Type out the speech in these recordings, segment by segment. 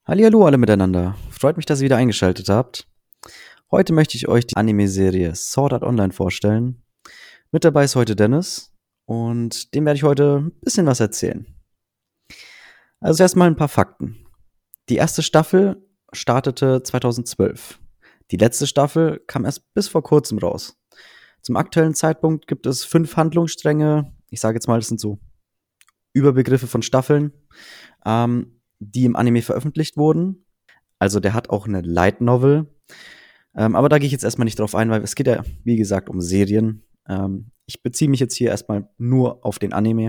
Hallihallo alle miteinander. Freut mich, dass ihr wieder eingeschaltet habt. Heute möchte ich euch die Anime-Serie Sword Art Online vorstellen. Mit dabei ist heute Dennis und dem werde ich heute ein bisschen was erzählen. Also erstmal ein paar Fakten. Die erste Staffel startete 2012. Die letzte Staffel kam erst bis vor kurzem raus. Zum aktuellen Zeitpunkt gibt es 5 Handlungsstränge. Ich sage jetzt mal, das sind so Überbegriffe von Staffeln, die im Anime veröffentlicht wurden. Also der hat auch eine Light Novel. Aber da gehe ich jetzt erstmal nicht drauf ein, weil es geht ja, wie gesagt, um Serien. Ich beziehe mich jetzt hier erstmal nur auf den Anime.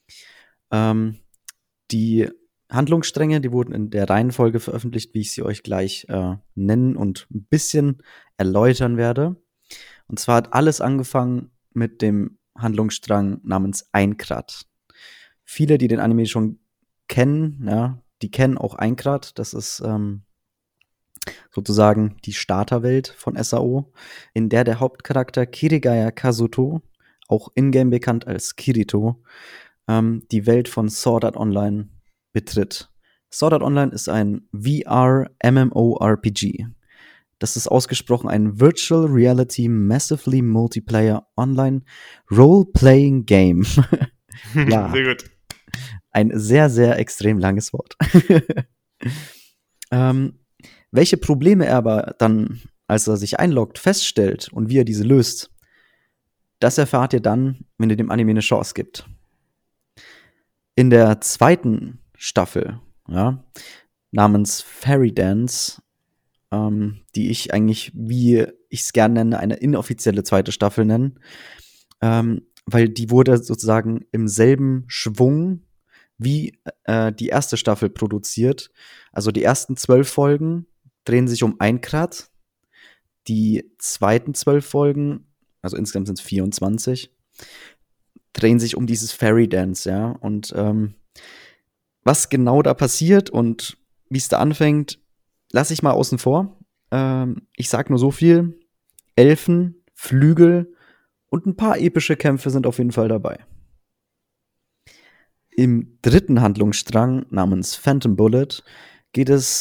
Die Handlungsstränge, die wurden in der Reihenfolge veröffentlicht, wie ich sie euch gleich nennen und ein bisschen erläutern werde. Und zwar hat alles angefangen mit dem Handlungsstrang namens Aincrad. Viele, die den Anime schon kennen, ja, die kennen auch Aincrad. Das ist sozusagen die Starterwelt von SAO, in der Hauptcharakter Kirigaya Kazuto, auch in-game bekannt als Kirito, die Welt von Sword Art Online betritt. Sword Art Online ist ein VR-MMORPG. Das ist ausgesprochen ein Virtual Reality Massively Multiplayer Online Role-Playing Game. Ja, Sehr gut. ein sehr, sehr extrem langes Wort. Welche Probleme er aber dann, als er sich einloggt, feststellt und wie er diese löst, das erfahrt ihr dann, wenn ihr dem Anime eine Chance gibt. In der zweiten Staffel, ja, namens Fairy Dance, die ich eigentlich, wie ich es gerne nenne, eine inoffizielle zweite Staffel nennen, weil die wurde sozusagen im selben Schwung wie die erste Staffel produziert. Also die ersten 12 Folgen drehen sich um Aincrad. Die zweiten 12 Folgen, also insgesamt sind es 24, drehen sich um dieses Fairy Dance, ja. Und was genau da passiert und wie es da anfängt, lasse ich mal außen vor. Ich sag nur so viel: Elfen, Flügel und ein paar epische Kämpfe sind auf jeden Fall dabei. Im dritten Handlungsstrang namens Phantom Bullet geht es,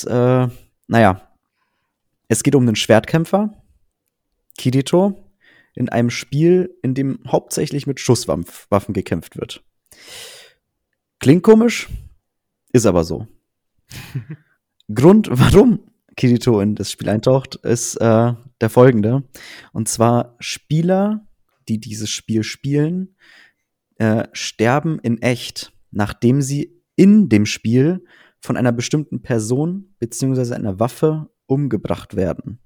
es geht um den Schwertkämpfer, Kirito, in einem Spiel, in dem hauptsächlich mit Schusswaffen gekämpft wird. Klingt komisch, ist aber so. Grund, warum Kirito in das Spiel eintaucht, ist der folgende. Und zwar Spieler, die dieses Spiel spielen, sterben in echt, nachdem sie in dem Spiel von einer bestimmten Person bzw. einer Waffe umgebracht werden.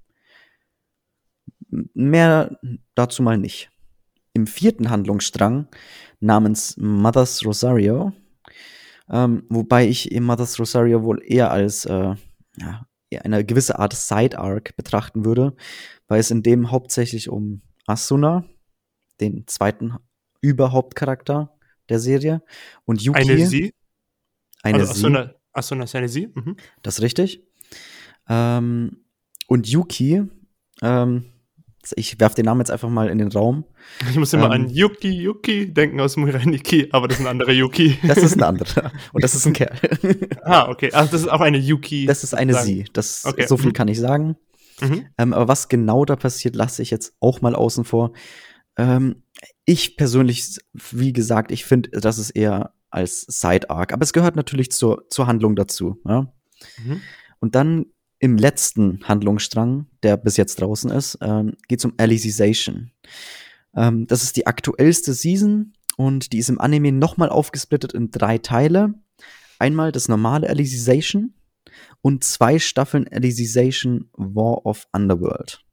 Mehr dazu mal nicht. Im vierten Handlungsstrang namens Mother's Rosario, wobei ich eben Mother's Rosario wohl eher als eine gewisse Art Side-Arc betrachten würde, weil es in dem hauptsächlich um Asuna, den zweiten Überhauptcharakter der Serie, und Yuki. Eine Sie? Eine Also, Sie. Asuna ist eine Sie? Mhm. Das ist richtig. Und Yuki, ich werfe den Namen jetzt einfach mal in den Raum. Ich muss immer an Yuki denken aus Muraniki, aber das ist ein anderer Yuki. Das ist ein anderer. Und das ist ein Kerl. Okay. Also das ist auch eine Yuki. Das ist eine sozusagen. Sie. Okay. So viel kann ich sagen. Aber was genau da passiert, lasse ich jetzt auch mal außen vor. Ich persönlich, wie gesagt, ich finde, das ist eher als Side-Arc. Aber es gehört natürlich zur Handlung dazu. Ja? Und dann im letzten Handlungsstrang, der bis jetzt draußen ist, geht es um Alicization. Das ist die aktuellste Season und die ist im Anime nochmal aufgesplittet in 3 Teile. Einmal das normale Alicization und 2 Staffeln Alicization War of Underworld.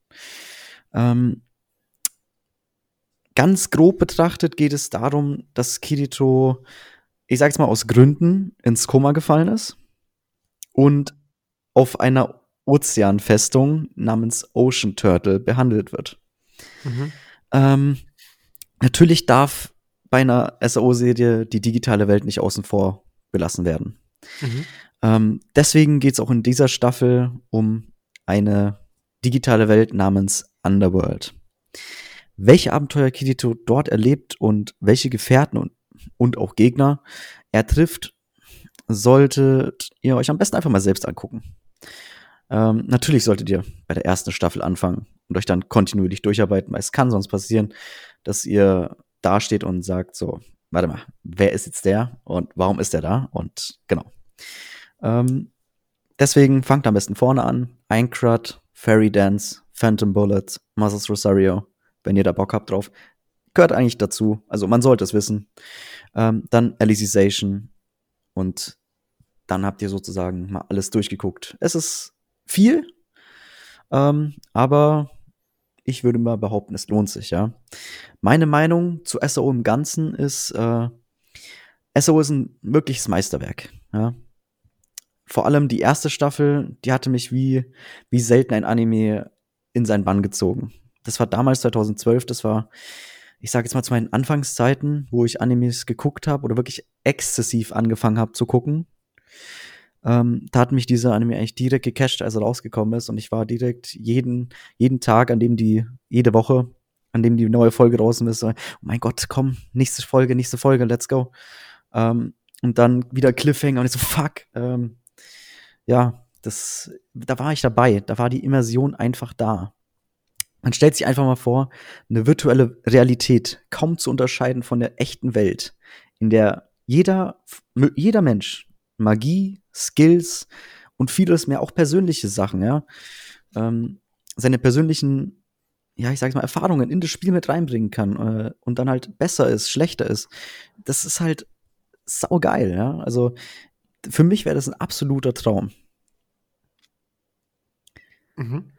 Ganz grob betrachtet geht es darum, dass Kirito, ich sag's mal aus Gründen, ins Koma gefallen ist und auf einer Ozeanfestung namens Ocean Turtle behandelt wird. Natürlich darf bei einer SAO-Serie die digitale Welt nicht außen vor belassen werden. Deswegen geht es auch in dieser Staffel um eine digitale Welt namens Underworld. Welche Abenteuer Kirito dort erlebt und welche Gefährten und auch Gegner er trifft, solltet ihr euch am besten einfach mal selbst angucken. Natürlich solltet ihr bei der ersten Staffel anfangen und euch dann kontinuierlich durcharbeiten, weil es kann sonst passieren, dass ihr dasteht und sagt so, warte mal, wer ist jetzt der und warum ist der da? Und genau. Deswegen fangt am besten vorne an. Aincrad, Fairy Dance, Phantom Bullet, Muscles Rosario, wenn ihr da Bock habt drauf. Gehört eigentlich dazu, also man sollte es wissen. Dann Alicization und dann habt ihr sozusagen mal alles durchgeguckt. Es ist viel, aber ich würde mal behaupten, es lohnt sich, ja. Meine Meinung zu SAO im Ganzen ist, SAO ist ein wirkliches Meisterwerk, ja. Vor allem die erste Staffel, die hatte mich wie selten ein Anime in seinen Bann gezogen. Das war damals 2012, das war, ich sage jetzt mal zu meinen Anfangszeiten, wo ich Animes geguckt habe oder wirklich exzessiv angefangen habe zu gucken. Da hat mich dieser Anime eigentlich direkt gecatcht, als er rausgekommen ist. Und ich war direkt jeden Tag, jede Woche, an dem die neue Folge draußen ist, so, oh mein Gott, komm, nächste Folge, let's go. Und dann wieder Cliffhanger und ich so, fuck. Ja, da war ich dabei. Da war die Immersion einfach da. Man stellt sich einfach mal vor, eine virtuelle Realität kaum zu unterscheiden von der echten Welt, in der jeder Mensch Magie, Skills und vieles mehr, auch persönliche Sachen, ja, seine persönlichen, ja, ich sag's mal, Erfahrungen in das Spiel mit reinbringen kann und dann halt besser ist, schlechter ist. Das ist halt saugeil, ja. Also für mich wäre das ein absoluter Traum. Mhm.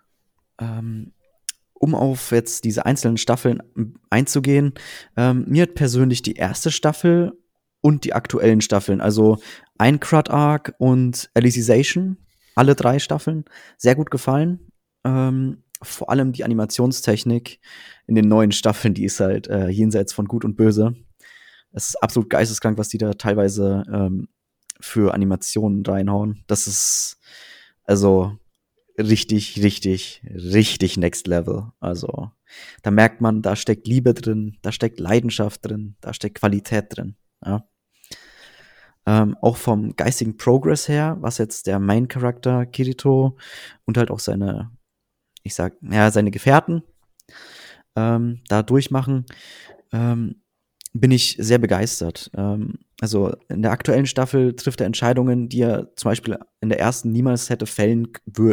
Um auf jetzt diese einzelnen Staffeln einzugehen, mir hat persönlich die erste Staffel und die aktuellen Staffeln, also Aincrad Arc und Alicization, alle 3 Staffeln, sehr gut gefallen. Vor allem die Animationstechnik in den neuen Staffeln, die ist halt jenseits von Gut und Böse. Es ist absolut geisteskrank, was die da teilweise für Animationen reinhauen. Das ist also richtig Next Level. Also da merkt man, da steckt Liebe drin, da steckt Leidenschaft drin, da steckt Qualität drin. Ja. Auch vom geistigen Progress her, was jetzt der Main-Charakter Kirito und halt auch seine Gefährten da durchmachen, bin ich sehr begeistert. Also in der aktuellen Staffel trifft er Entscheidungen, die er zum Beispiel in der ersten niemals hätte fällen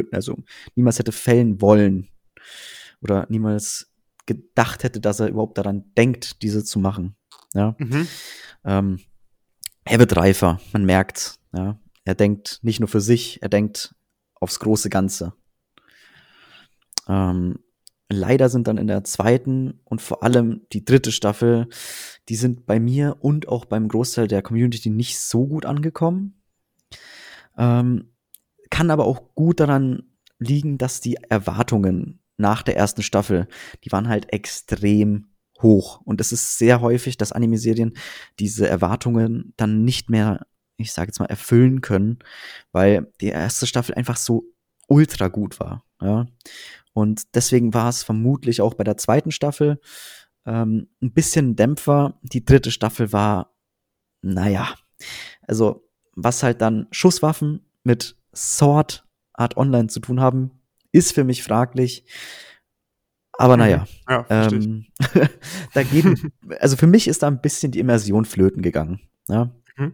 wollen oder niemals gedacht hätte, dass er überhaupt daran denkt, diese zu machen. Ja. Er wird reifer, man merkt. Ja. Er denkt nicht nur für sich, er denkt aufs große Ganze. Leider sind dann in der zweiten und vor allem die dritte Staffel, die sind bei mir und auch beim Großteil der Community nicht so gut angekommen. Kann aber auch gut daran liegen, dass die Erwartungen nach der ersten Staffel, die waren halt extrem hoch. Und es ist sehr häufig, dass Anime-Serien diese Erwartungen dann nicht mehr, ich sage jetzt mal, erfüllen können, weil die erste Staffel einfach so ultra gut war. Ja. Und deswegen war es vermutlich auch bei der zweiten Staffel ein bisschen Dämpfer. Die dritte Staffel war, naja, also was halt dann Schusswaffen mit Sword Art Online zu tun haben, ist für mich fraglich. Aber naja, Ja, also für mich ist da ein bisschen die Immersion flöten gegangen. Ja.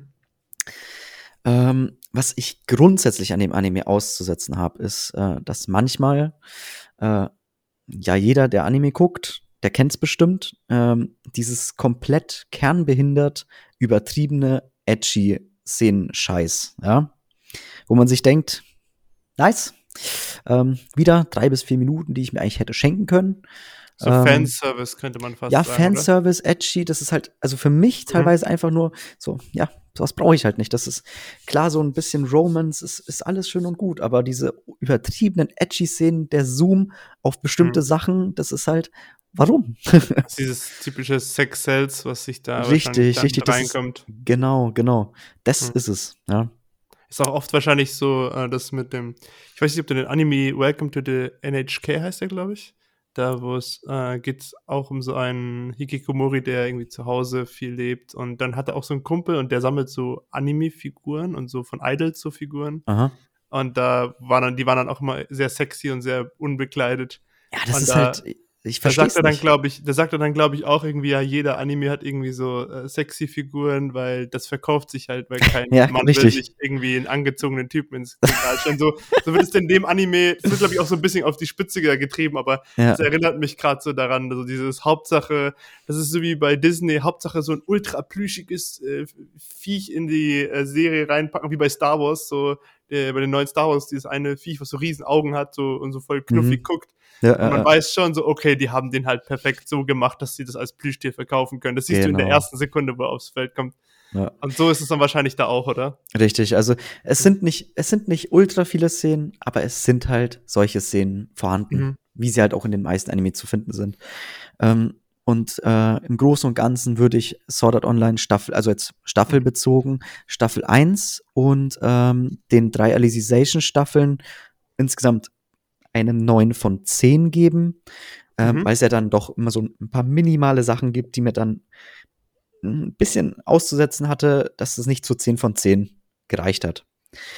Was ich grundsätzlich an dem Anime auszusetzen habe, ist, dass manchmal jeder, der Anime guckt, der kennt's bestimmt, dieses komplett kernbehindert, übertriebene, edgy Szenen-Scheiß, ja? Wo man sich denkt, nice, wieder 3 bis 4 Minuten, die ich mir eigentlich hätte schenken können. So Fanservice könnte man fast sagen. Ja, Fanservice, oder? Edgy, das ist halt, also für mich teilweise einfach nur so, ja, sowas brauche ich halt nicht. Das ist klar, so ein bisschen Romance, ist alles schön und gut, aber diese übertriebenen Edgy-Szenen, der Zoom auf bestimmte Sachen, das ist halt, warum? Das ist dieses typische Sex-Cells, was sich da richtig, reinkommt. Genau. Das ist es, ja. Ist auch oft wahrscheinlich so, das mit dem, ich weiß nicht, ob du den Anime Welcome to the NHK heißt der, glaube ich. Da geht's auch um so einen Hikikomori, der irgendwie zu Hause viel lebt. Und dann hat er auch so einen Kumpel und der sammelt so Anime-Figuren und so von Idols so Figuren. Aha. Und die waren dann auch immer sehr sexy und sehr unbekleidet. Ja, das Und ist halt, ich verstehe es nicht. Da sagt er dann, glaube ich, auch irgendwie, ja, jeder Anime hat irgendwie so sexy Figuren, weil das verkauft sich halt, weil kein Ja, Mann will richtig. sich irgendwie einen angezogenen Typen ins Regal stellen. So wird es in dem Anime, das wird, glaube ich, auch so ein bisschen auf die Spitze getrieben, aber Ja, das erinnert mich gerade so daran, also dieses Hauptsache, das ist so wie bei Disney, Hauptsache so ein ultra plüschiges Viech in die Serie reinpacken, wie bei Star Wars, so bei den neuen Star Wars, dieses eine Viech, was so riesen Augen hat so, und so voll knuffig guckt. ja, Und man weiß schon so, okay, die haben den halt perfekt so gemacht, dass sie das als Plüschtier verkaufen können. Das siehst du in der genau. ersten Sekunde, wo er aufs Feld kommt. Ja, Und so ist es dann wahrscheinlich da auch, oder? richtig. Also es sind nicht ultra viele Szenen, aber es sind halt solche Szenen vorhanden, Mhm. wie sie halt auch in den meisten Anime zu finden sind. Und im Großen und Ganzen würde ich Sword Art Online also jetzt staffelbezogen, Staffel 1 und den 3 Alicization-Staffeln insgesamt eine 9 von 10 geben, weil es ja dann doch immer so ein paar minimale Sachen gibt, die mir dann ein bisschen auszusetzen hatte, dass es nicht zu 10 von 10 gereicht hat.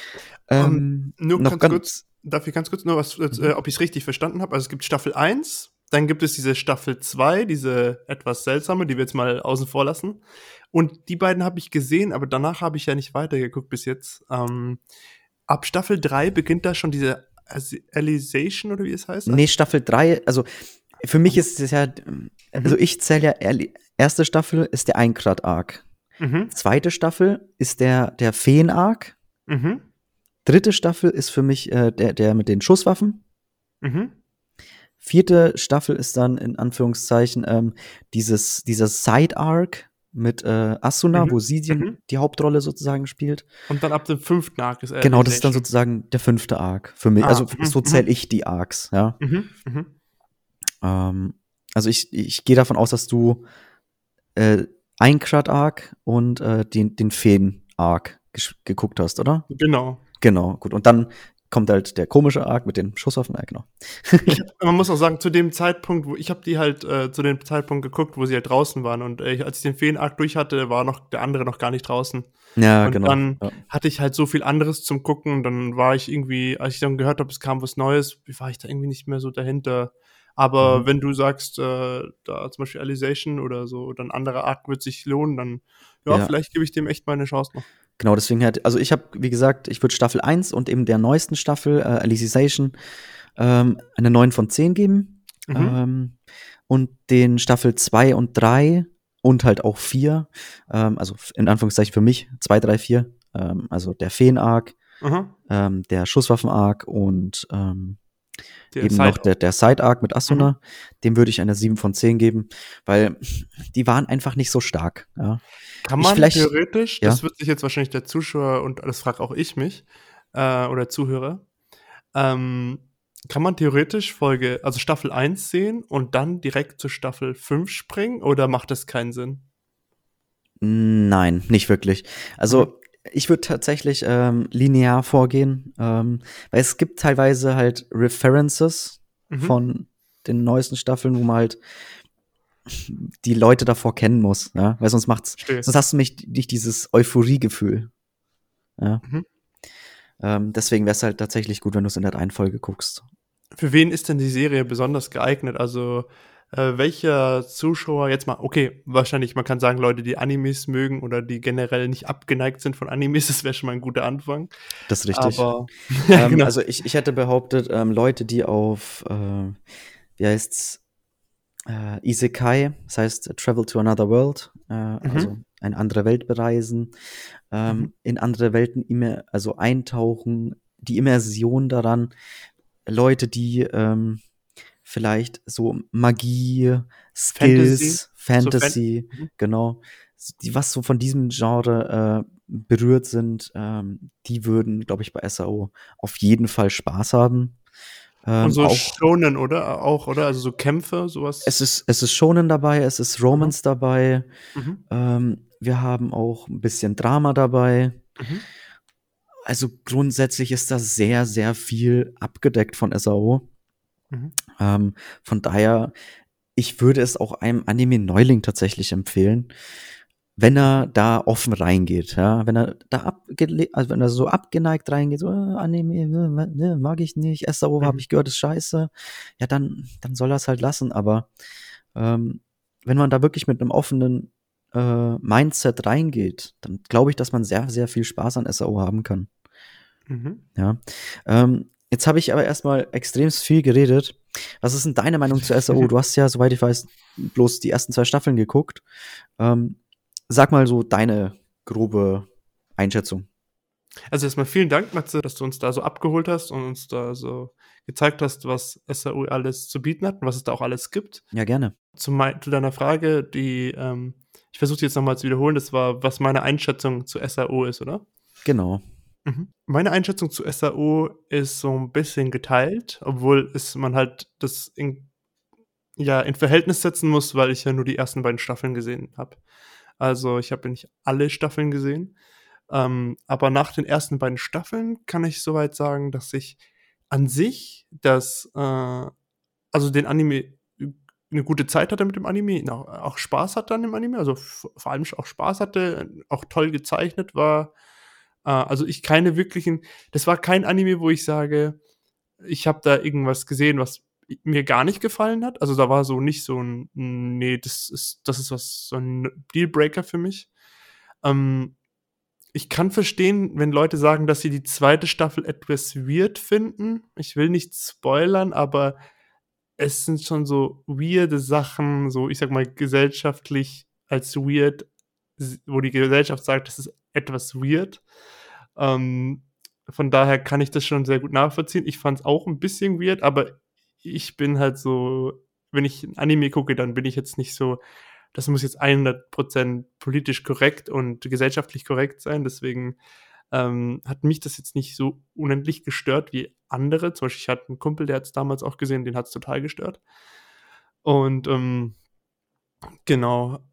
Nur Noch darf ich ganz kurz nur was, ob ich es richtig verstanden habe? Also es gibt Staffel 1, dann gibt es diese Staffel 2, diese etwas seltsame, die wir jetzt mal außen vor lassen. Und die beiden habe ich gesehen, aber danach habe ich ja nicht weitergeguckt bis jetzt. Ab Staffel 3 beginnt da schon diese Alicization oder wie es heißt? Nee, Staffel 3, also für mich ist es ja, also ich zähle ja, erste Staffel ist der Eingrad-Arc. Mhm. Zweite Staffel ist der Feen-Arc. Mhm. Dritte Staffel ist für mich der mit den Schusswaffen. Mhm. Vierte Staffel ist dann in Anführungszeichen dieser Side-Arc mit Asuna, wo sie die Hauptrolle sozusagen spielt. Und dann ab dem 5. Arc ist Genau, das ist dann sozusagen der 5. Arc für mich. Also so zähle ich die Arcs, ja. Also ich gehe davon aus, dass du Eingrad-Arc und den Feen-Arc geguckt hast, oder? Genau. Genau, gut. Und dann kommt halt der komische Arc mit den Schusswaffen, genau. Man muss auch sagen, zu dem Zeitpunkt, ich habe die halt zu dem Zeitpunkt geguckt, wo sie halt draußen waren. Und als ich den Feen-Arc durch hatte, war noch der andere noch gar nicht draußen. Ja, und genau. dann hatte ich halt so viel anderes zum Gucken. Dann war ich irgendwie, als ich dann gehört habe, es kam was Neues, war ich da irgendwie nicht mehr so dahinter. Aber wenn du sagst, da zum Beispiel Alicization oder so, oder ein anderer Arc wird sich lohnen, dann vielleicht gebe ich dem echt mal eine Chance noch. Genau, deswegen also ich habe, wie gesagt, ich würde Staffel 1 und eben der neuesten Staffel, Alicization, eine 9 von 10 geben. Und den Staffel 2 und 3 und halt auch 4, also in Anführungszeichen für mich, 2, 3, 4, also der Feen-Arc, der Schusswaffen-Arc und eben noch der Side-Arc mit Asuna, dem würde ich eine 7 von 10 geben, weil die waren einfach nicht so stark. Ja. Kann man theoretisch, das wird sich jetzt wahrscheinlich der Zuschauer, und das frage auch ich mich, oder Zuhörer, kann man theoretisch also Staffel 1 sehen und dann direkt zu Staffel 5 springen, oder macht das keinen Sinn? Nein, nicht wirklich. Also ich würde tatsächlich linear vorgehen, weil es gibt teilweise halt References von den neuesten Staffeln, wo man halt die Leute davor kennen muss, ja, weil sonst hast du nicht dieses Euphorie-Gefühl. Ja. Deswegen wäre es halt tatsächlich gut, wenn du es in der Reihenfolge guckst. Für wen ist denn die Serie besonders geeignet? Also welcher Zuschauer jetzt mal, okay, wahrscheinlich, man kann sagen, Leute, die Animes mögen oder die generell nicht abgeneigt sind von Animes, das wäre schon mal ein guter Anfang. Das ist richtig. Aber genau. Also ich hätte behauptet, Leute, die auf, wie heißt's, Isekai, das heißt Travel to Another World, also eine andere Welt bereisen, in andere Welten also eintauchen, die Immersion daran, Leute, die vielleicht so Magie, Skills, Fantasy, genau, die was so von diesem Genre berührt sind, die würden, glaube ich, bei SAO auf jeden Fall Spaß haben. Und so Shonen, oder? Auch, oder? Also so Kämpfe, sowas? Es ist Shonen dabei, es ist Romance dabei. Wir haben auch ein bisschen Drama dabei. Also grundsätzlich ist da sehr, sehr viel abgedeckt von SAO. Von daher, ich würde es auch einem Anime-Neuling tatsächlich empfehlen, wenn er da offen reingeht, ja, wenn er da also wenn er so abgeneigt reingeht, so Anime, mag ich nicht, SAO habe Mhm. ich gehört, ist scheiße, ja, dann soll er es halt lassen, aber wenn man da wirklich mit einem offenen Mindset reingeht, dann glaube ich, dass man sehr, sehr viel Spaß an SAO haben kann. Mhm. Ja. Jetzt habe ich aber erstmal extrem viel geredet. Was ist denn deine Meinung zu SAO? Du hast ja, soweit ich weiß, bloß die ersten 2 Staffeln geguckt. Sag mal so deine grobe Einschätzung. Also erstmal vielen Dank, Matze, dass du uns da so abgeholt hast und uns da so gezeigt hast, was SAO alles zu bieten hat und was es da auch alles gibt. Ja, gerne. Zu deiner Frage, ich versuche jetzt nochmal zu wiederholen, das war, was meine Einschätzung zu SAO ist, oder? Genau. Mhm. Meine Einschätzung zu SAO ist so ein bisschen geteilt, obwohl man halt das in Verhältnis setzen muss, weil ich ja nur die ersten beiden Staffeln gesehen habe. Also, ich habe ja nicht alle Staffeln gesehen. Aber nach den ersten beiden Staffeln kann ich soweit sagen, dass ich an sich also den Anime eine gute Zeit hatte mit dem Anime, auch Spaß hatte an dem Anime, also vor allem auch Spaß hatte, auch toll gezeichnet war. Also ich keine wirklichen das war kein Anime, wo ich sage, ich habe da irgendwas gesehen, was mir gar nicht gefallen hat. Also da war so nicht so ein, nee, das ist was, so ein Dealbreaker für mich. Ähm, Ich kann verstehen, wenn Leute sagen, dass sie die zweite Staffel etwas weird finden. Ich will nicht spoilern, aber es sind schon so weirde Sachen, so ich sag mal gesellschaftlich als weird, wo die Gesellschaft sagt, das ist etwas weird. Ähm, von daher kann ich das schon sehr gut nachvollziehen. Ich fand es auch ein bisschen weird, aber ich bin halt so, wenn ich ein Anime gucke, dann bin ich jetzt nicht so, das muss jetzt 100% politisch korrekt und gesellschaftlich korrekt sein. Deswegen hat mich das jetzt nicht so unendlich gestört wie andere. Zum Beispiel, ich hatte einen Kumpel, der hat es damals auch gesehen, den hat es total gestört. Und genau,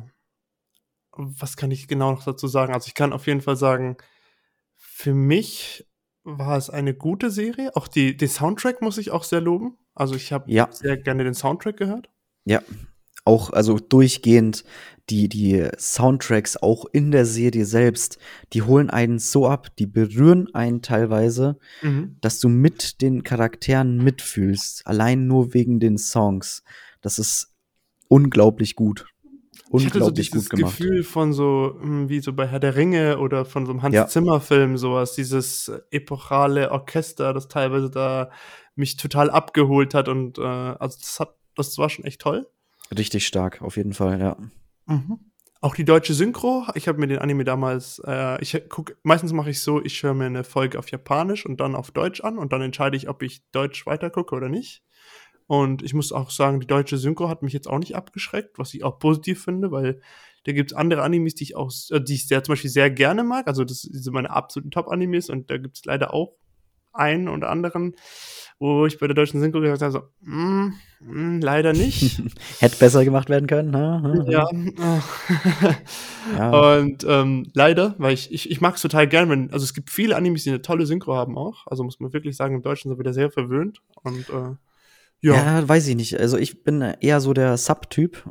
was kann ich genau noch dazu sagen? Also ich kann auf jeden Fall sagen, für mich war es eine gute Serie. Auch den Soundtrack muss ich auch sehr loben. Also ich habe Ja, sehr gerne den Soundtrack gehört. ja. Auch, also durchgehend die Soundtracks auch in der Serie selbst, die holen einen so ab, die berühren einen teilweise, Mhm. dass du mit den Charakteren mitfühlst, allein nur wegen den Songs. Das ist unglaublich gut. Ich hatte so Unglaublich gut dieses gemacht. Gefühl von so, wie so bei Herr der Ringe oder von so einem Ja, Hans-Zimmer-Film, sowas, dieses epochale Orchester, das teilweise da mich total abgeholt hat und also das war schon echt toll. richtig stark, auf jeden Fall, ja. Mhm. Auch die deutsche Synchro, ich habe mir den Anime damals, meistens mache ich so, ich höre mir eine Folge auf Japanisch und dann auf Deutsch an und dann entscheide ich, ob ich Deutsch weitergucke oder nicht. Und ich muss auch sagen, die deutsche Synchro hat mich jetzt auch nicht abgeschreckt, was ich auch positiv finde, weil da gibt's andere Animes, die ich sehr zum Beispiel sehr gerne mag. Also das sind meine absoluten Top-Animes und da gibt's leider auch einen oder anderen, wo ich bei der deutschen Synchro gesagt habe, so, leider nicht. Hätte besser gemacht werden können. Ha, ha, Ja, ha. Ja, und leider, weil ich mag es total gern, also es gibt viele Animes, die eine tolle Synchro haben auch. Also muss man wirklich sagen, im Deutschen sind wir da sehr verwöhnt. Und ja. ja, weiß ich nicht. Also ich bin eher so der Sub-Typ.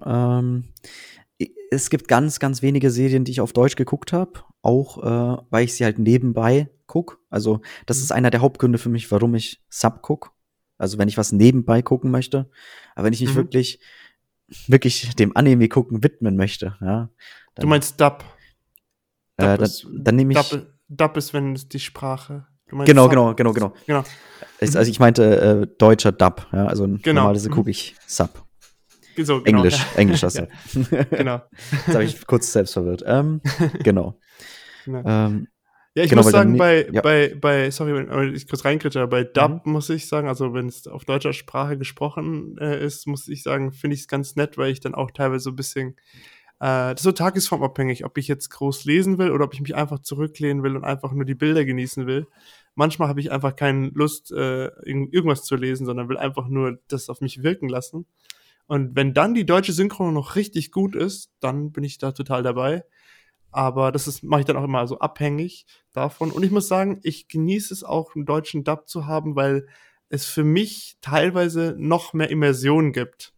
Es gibt ganz, ganz wenige Serien, die ich auf Deutsch geguckt habe, auch weil ich sie halt nebenbei guck. Also das ist Mhm. einer der Hauptgründe für mich, warum ich Sub guck. Also wenn ich was nebenbei gucken möchte, aber wenn ich mich Mhm. wirklich dem Anime gucken widmen möchte, ja, Du dann meinst Dub. Dub ist, dann nehme ich Dub ist, wenn es die Sprache. Du meinst genau, Sub. genau, genau, genau. Genau. Also Mhm. ich meinte deutscher Dub, ja, also Genau. normalerweise Mhm. gucke ich Sub. So, genau, ja. Englischer Ja, Sub. genau. Jetzt habe ich kurz selbst verwirrt. Genau. Genau. Ähm, Ja, ich genau, muss weil dann, sagen, ja. sorry, wenn ich kurz reinkritsche, aber bei Mhm. Dub muss ich sagen, also wenn es auf deutscher Sprache gesprochen ist, muss ich sagen, finde ich es ganz nett, weil ich dann auch teilweise so ein bisschen, das ist so tagesformabhängig, ob ich jetzt groß lesen will oder ob ich mich einfach zurücklehnen will und einfach nur die Bilder genießen will. Manchmal habe ich einfach keine Lust, irgendwas zu lesen, sondern will einfach nur das auf mich wirken lassen. Und wenn dann die deutsche Synchro noch richtig gut ist, dann bin ich da total dabei. Aber mache ich dann auch immer so abhängig davon. Und ich muss sagen, ich genieße es auch, einen deutschen Dub zu haben, weil es für mich teilweise noch mehr Immersion gibt.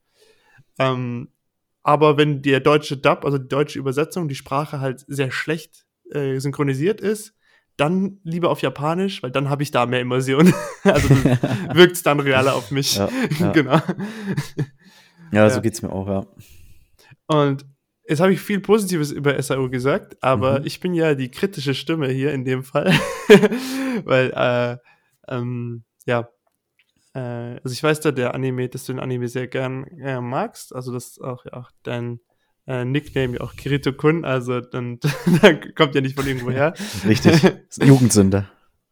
Aber wenn der deutsche Dub, also die deutsche Übersetzung, die Sprache halt sehr schlecht synchronisiert ist, dann lieber auf Japanisch, weil dann habe ich da mehr Immersion. Also wirkt es dann realer auf mich. Ja, ja. Genau. Ja, so Ja. geht's mir auch, ja. Und jetzt habe ich viel Positives über SAO gesagt, aber Mhm. ich bin ja die kritische Stimme hier in dem Fall. Weil, ja, also ich weiß da, dass du den Anime sehr gern magst. Also das ist auch, ja, auch dein Nickname, ja auch Kirito-kun, also dann da kommt ja nicht von irgendwo her. Richtig. Das ist ein Jugendsünder.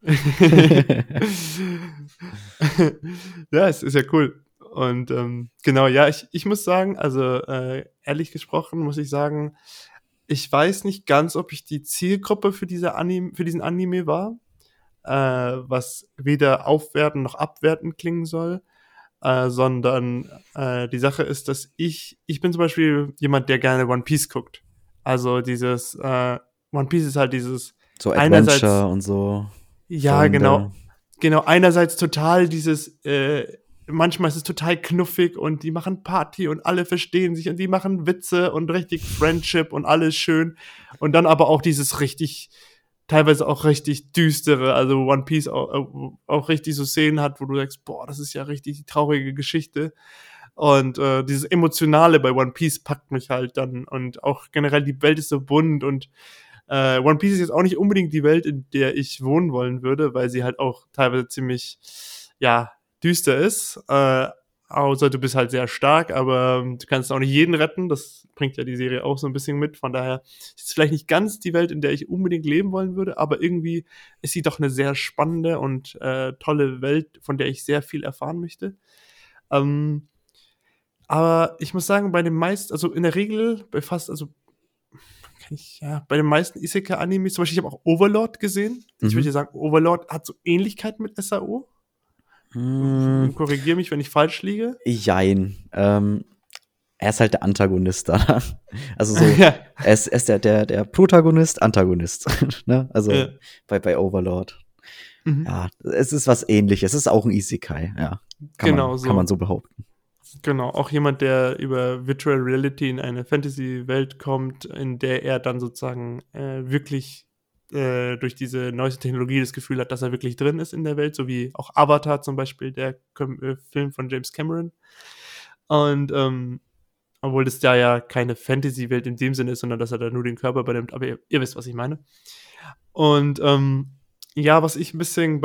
Ja, es ist ja cool. Und genau, ja, ich muss sagen, also ehrlich gesprochen muss ich sagen, ich weiß nicht ganz, ob ich die Zielgruppe für diesen Anime war, was weder aufwertend noch abwertend klingen soll, sondern die Sache ist, dass ich bin zum Beispiel jemand, der gerne One Piece guckt. Also dieses One Piece ist halt dieses So einerseits, Adventure und so. ja, Freunde. genau, einerseits total dieses, manchmal ist es total knuffig und die machen Party und alle verstehen sich und die machen Witze und richtig Friendship und alles schön. Und dann aber auch dieses richtig, teilweise auch richtig düstere, also One Piece auch richtig so Szenen hat, wo du sagst, boah, das ist ja richtig die traurige Geschichte. Und dieses Emotionale bei One Piece packt mich halt dann. Und auch generell die Welt ist so bunt und One Piece ist jetzt auch nicht unbedingt die Welt, in der ich wohnen wollen würde, weil sie halt auch teilweise ziemlich, ja, düster ist. Außer du bist halt sehr stark, aber du kannst auch nicht jeden retten. Das bringt ja die Serie auch so ein bisschen mit. Von daher ist es vielleicht nicht ganz die Welt, in der ich unbedingt leben wollen würde, aber irgendwie ist sie doch eine sehr spannende und tolle Welt, von der ich sehr viel erfahren möchte. Aber ich muss sagen, bei den meisten, also in der Regel, bei den meisten Isekai-Animes, zum Beispiel, ich habe auch Overlord gesehen. Ich würde Mhm. ja sagen, Overlord hat so Ähnlichkeiten mit SAO. Mm, Korrigiere mich, wenn ich falsch liege. jein. Er ist halt der Antagonist da. Also so, Ja, er ist der Protagonist, Antagonist. Ne? Also äh, bei Overlord. mhm. Ja, es ist was Ähnliches. Es ist auch ein Isekai, ja. Genau Kann man so. so behaupten. Genau, auch jemand, der über Virtual Reality in eine Fantasy-Welt kommt, in der er dann sozusagen wirklich durch diese neueste Technologie das Gefühl hat, dass er wirklich drin ist in der Welt, so wie auch Avatar zum Beispiel, der Film von James Cameron. Und obwohl das da ja keine Fantasy-Welt in dem Sinne ist, sondern dass er da nur den Körper übernimmt, aber ihr wisst, was ich meine. Und ja, was ich ein bisschen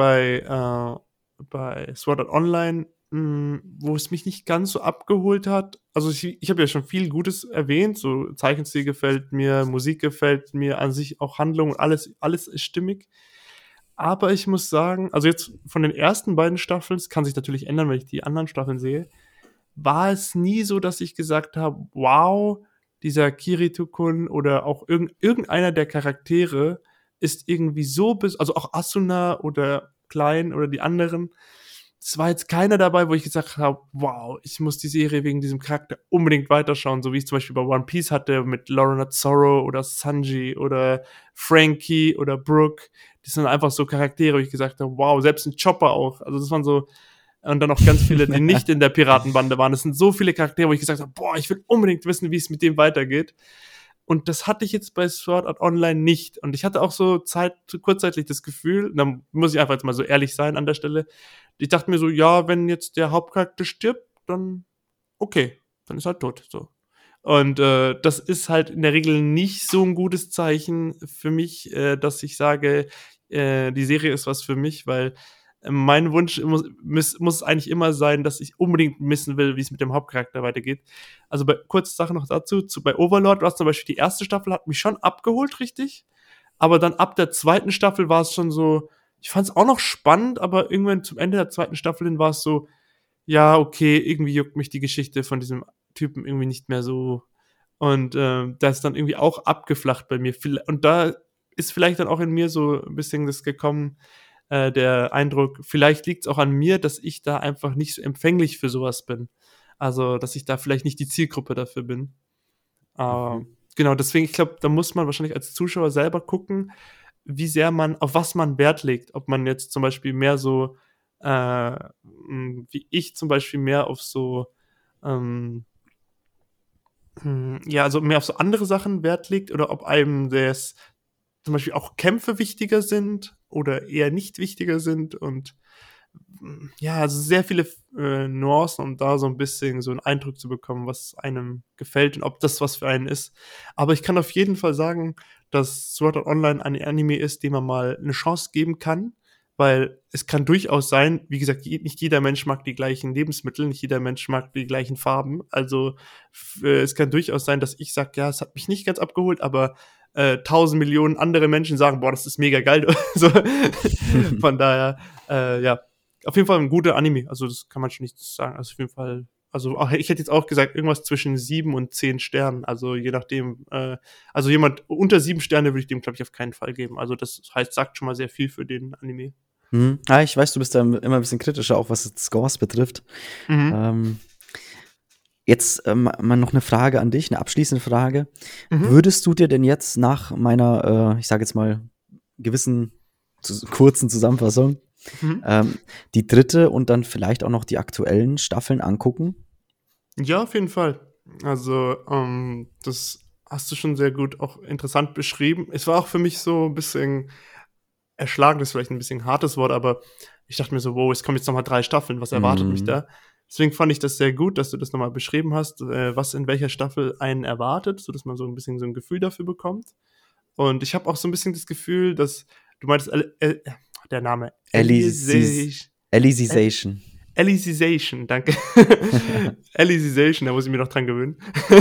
bei Sword Art Online, wo es mich nicht ganz so abgeholt hat, also ich habe ja schon viel Gutes erwähnt, so Zeichenstil gefällt mir, Musik gefällt mir, an sich auch Handlung, alles ist stimmig. Aber ich muss sagen, also jetzt von den ersten beiden Staffeln, es kann sich natürlich ändern, wenn ich die anderen Staffeln sehe, war es nie so, dass ich gesagt habe, wow, dieser Kirito-kun oder auch irgendeiner der Charaktere ist irgendwie so also auch Asuna oder Klein oder die anderen. Es war jetzt keiner dabei, wo ich gesagt habe, wow, ich muss die Serie wegen diesem Charakter unbedingt weiterschauen, so wie ich es zum Beispiel bei One Piece hatte mit Lorna Zorro oder Sanji oder Frankie oder Brooke. Das sind einfach so Charaktere, wo ich gesagt habe, wow, selbst ein Chopper auch. Also das waren so, und dann noch ganz viele, die nicht in der Piratenbande waren. Es sind so viele Charaktere, wo ich gesagt habe, boah, ich will unbedingt wissen, wie es mit dem weitergeht. Und das hatte ich jetzt bei Sword Art Online nicht. Und ich hatte auch so kurzzeitig das Gefühl, da muss ich einfach jetzt mal so ehrlich sein an der Stelle, ich dachte mir so, ja, wenn jetzt der Hauptcharakter stirbt, dann okay, dann ist er halt tot. So. Und das ist halt in der Regel nicht so ein gutes Zeichen für mich, dass ich sage, die Serie ist was für mich, weil mein Wunsch muss eigentlich immer sein, dass ich unbedingt wissen will, wie es mit dem Hauptcharakter weitergeht. Also kurze Sache noch dazu, bei Overlord war es zum Beispiel, die erste Staffel hat mich schon abgeholt, richtig, aber dann ab der zweiten Staffel war es schon so, ich fand es auch noch spannend, aber irgendwann zum Ende der zweiten Staffel hin war es so, ja, okay, irgendwie juckt mich die Geschichte von diesem Typen irgendwie nicht mehr so. Und da ist dann irgendwie auch abgeflacht bei mir. Und da ist vielleicht dann auch in mir so ein bisschen das gekommen, der Eindruck, vielleicht liegt es auch an mir, dass ich da einfach nicht so empfänglich für sowas bin. Also, dass ich da vielleicht nicht die Zielgruppe dafür bin. Mhm. Genau, deswegen, ich glaube, da muss man wahrscheinlich als Zuschauer selber gucken, wie sehr auf was man Wert legt. Ob man jetzt zum Beispiel mehr so wie ich zum Beispiel mehr auf so ja, also mehr auf so andere Sachen Wert legt oder ob einem das zum Beispiel auch Kämpfe wichtiger sind oder eher nicht wichtiger sind und ja, also sehr viele Nuancen, um da so ein bisschen so einen Eindruck zu bekommen, was einem gefällt und ob das was für einen ist. Aber ich kann auf jeden Fall sagen, dass Sword Art Online ein Anime ist, dem man mal eine Chance geben kann, weil es kann durchaus sein, wie gesagt, nicht jeder Mensch mag die gleichen Lebensmittel, nicht jeder Mensch mag die gleichen Farben. Also es kann durchaus sein, dass ich sage, ja, es hat mich nicht ganz abgeholt, aber 1.000 Millionen andere Menschen sagen, boah, das ist mega geil. So. Von daher, ja, auf jeden Fall ein guter Anime. Also das kann man schon nicht sagen. Also auf jeden Fall, also auch, ich hätte jetzt auch gesagt, irgendwas zwischen 7 und 10 Sternen. Also je nachdem, also jemand unter 7 Sterne würde ich dem, glaube ich, auf keinen Fall geben. Also das heißt, sagt schon mal sehr viel für den Anime. Ja, ich weiß, du bist da immer ein bisschen kritischer, auch was jetzt Scores betrifft. Jetzt mal noch eine Frage an dich, eine abschließende Frage. Würdest du dir denn jetzt nach meiner, ich sage jetzt mal, gewissen kurzen Zusammenfassung die dritte und dann vielleicht auch noch die aktuellen Staffeln angucken? Ja, auf jeden Fall. Also, das hast du schon sehr gut auch interessant beschrieben. Es war auch für mich so ein bisschen erschlagen, das ist vielleicht ein bisschen hartes Wort, aber ich dachte mir so, wow, es kommen jetzt noch mal 3 Staffeln, was erwartet mich da? Deswegen fand ich das sehr gut, dass du das noch mal beschrieben hast, was in welcher Staffel einen erwartet, sodass man so ein bisschen so ein Gefühl dafür bekommt. Und ich habe auch so ein bisschen das Gefühl, dass du meintest, der Name Alicization. Alicization, danke. Alicization, da muss ich mir noch dran gewöhnen.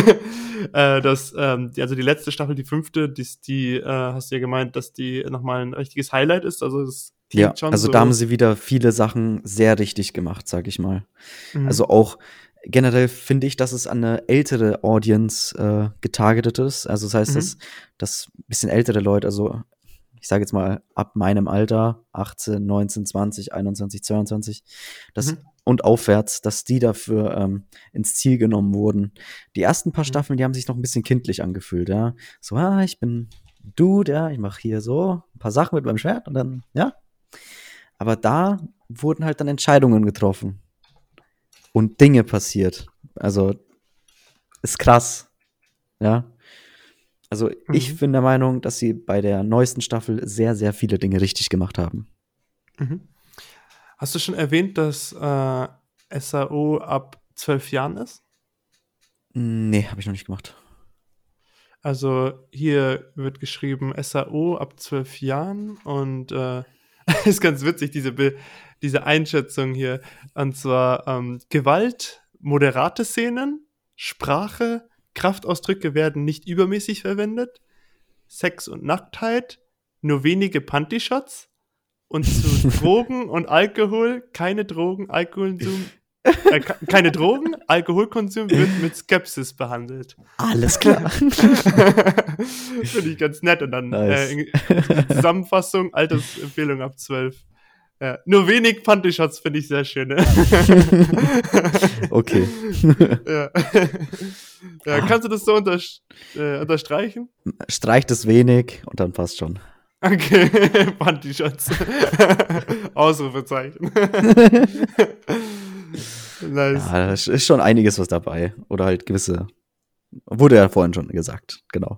Also die letzte Staffel, die 5., die hast du ja gemeint, dass die nochmal ein richtiges Highlight ist. Also das klingt schon also so. da haben sie wieder viele Sachen sehr richtig gemacht, sag ich mal. Mhm. Also auch generell finde ich, dass es an eine ältere Audience getargetet ist. Also das heißt, dass ein bisschen ältere Leute, also ich sage jetzt mal ab meinem Alter, 18, 19, 20, 21, 22, und aufwärts, dass die dafür ins Ziel genommen wurden. Die ersten paar Staffeln, die haben sich noch ein bisschen kindlich angefühlt, ja. So, ich bin Dude, ja, ich mache hier so ein paar Sachen mit meinem Schwert und dann, ja. Aber da wurden halt dann Entscheidungen getroffen und Dinge passiert. Also, ist krass, ja. Also ich bin der Meinung, dass sie bei der neuesten Staffel sehr, sehr viele Dinge richtig gemacht haben. Hast du schon erwähnt, dass SAO ab 12 Jahren ist? Nee, habe ich noch nicht gemacht. Also hier wird geschrieben SAO ab 12 Jahren und ist ganz witzig, diese Einschätzung hier. Und zwar Gewalt, moderate Szenen, Sprache, Kraftausdrücke werden nicht übermäßig verwendet, Sex und Nacktheit, nur wenige Panty-Shots und zu Drogen und Alkohol, keine Drogen, Alkoholkonsum wird mit Skepsis behandelt. Alles klar. Finde ich ganz nett. Und dann Nice. Zusammenfassung, Altersempfehlung ab 12. Ja, nur wenig Panty-Shots finde ich sehr schön. Ne? Okay. Ja, kannst du das so unterstreichen? Streicht es wenig und dann passt schon. Okay, Panty-Shots. Ausrufezeichen. Nice. Ja, da ist schon einiges was dabei. Oder halt gewisse. Wurde ja vorhin schon gesagt, genau.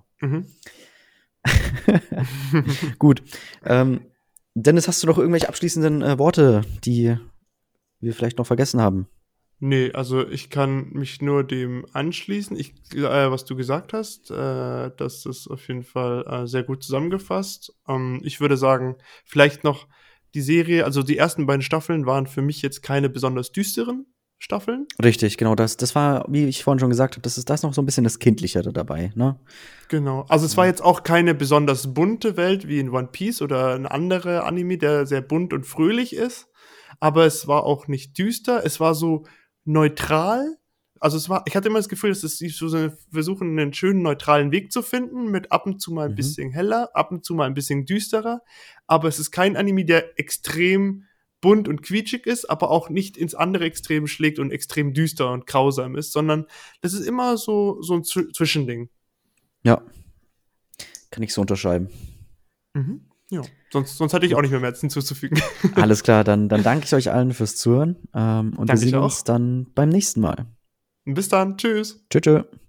Gut. Dennis, hast du noch irgendwelche abschließenden Worte, die wir vielleicht noch vergessen haben? Nee, also ich kann mich nur dem anschließen, was du gesagt hast. Das ist auf jeden Fall sehr gut zusammengefasst. Ich würde sagen, vielleicht noch die Serie, also die ersten beiden Staffeln waren für mich jetzt keine besonders düsteren Staffeln. Richtig, genau. Das war, wie ich vorhin schon gesagt habe, das ist noch so ein bisschen das Kindlichere dabei, ne? Genau. Also es war jetzt auch keine besonders bunte Welt wie in One Piece oder ein anderer Anime, der sehr bunt und fröhlich ist. Aber es war auch nicht düster. Es war so neutral. Also ich hatte immer das Gefühl, dass sie versuchen, einen schönen neutralen Weg zu finden, mit ab und zu mal ein bisschen heller, ab und zu mal ein bisschen düsterer. Aber es ist kein Anime, der extrem bunt und quietschig ist, aber auch nicht ins andere Extrem schlägt und extrem düster und grausam ist, sondern das ist immer so ein Zwischending. Ja. Kann ich so unterschreiben. Ja, sonst hatte ich auch nicht mehr hinzuzufügen. Alles klar, dann danke ich euch allen fürs Zuhören und wir Danke ich sehen auch. uns dann beim nächsten Mal. Bis dann. Tschüss. Tschüss.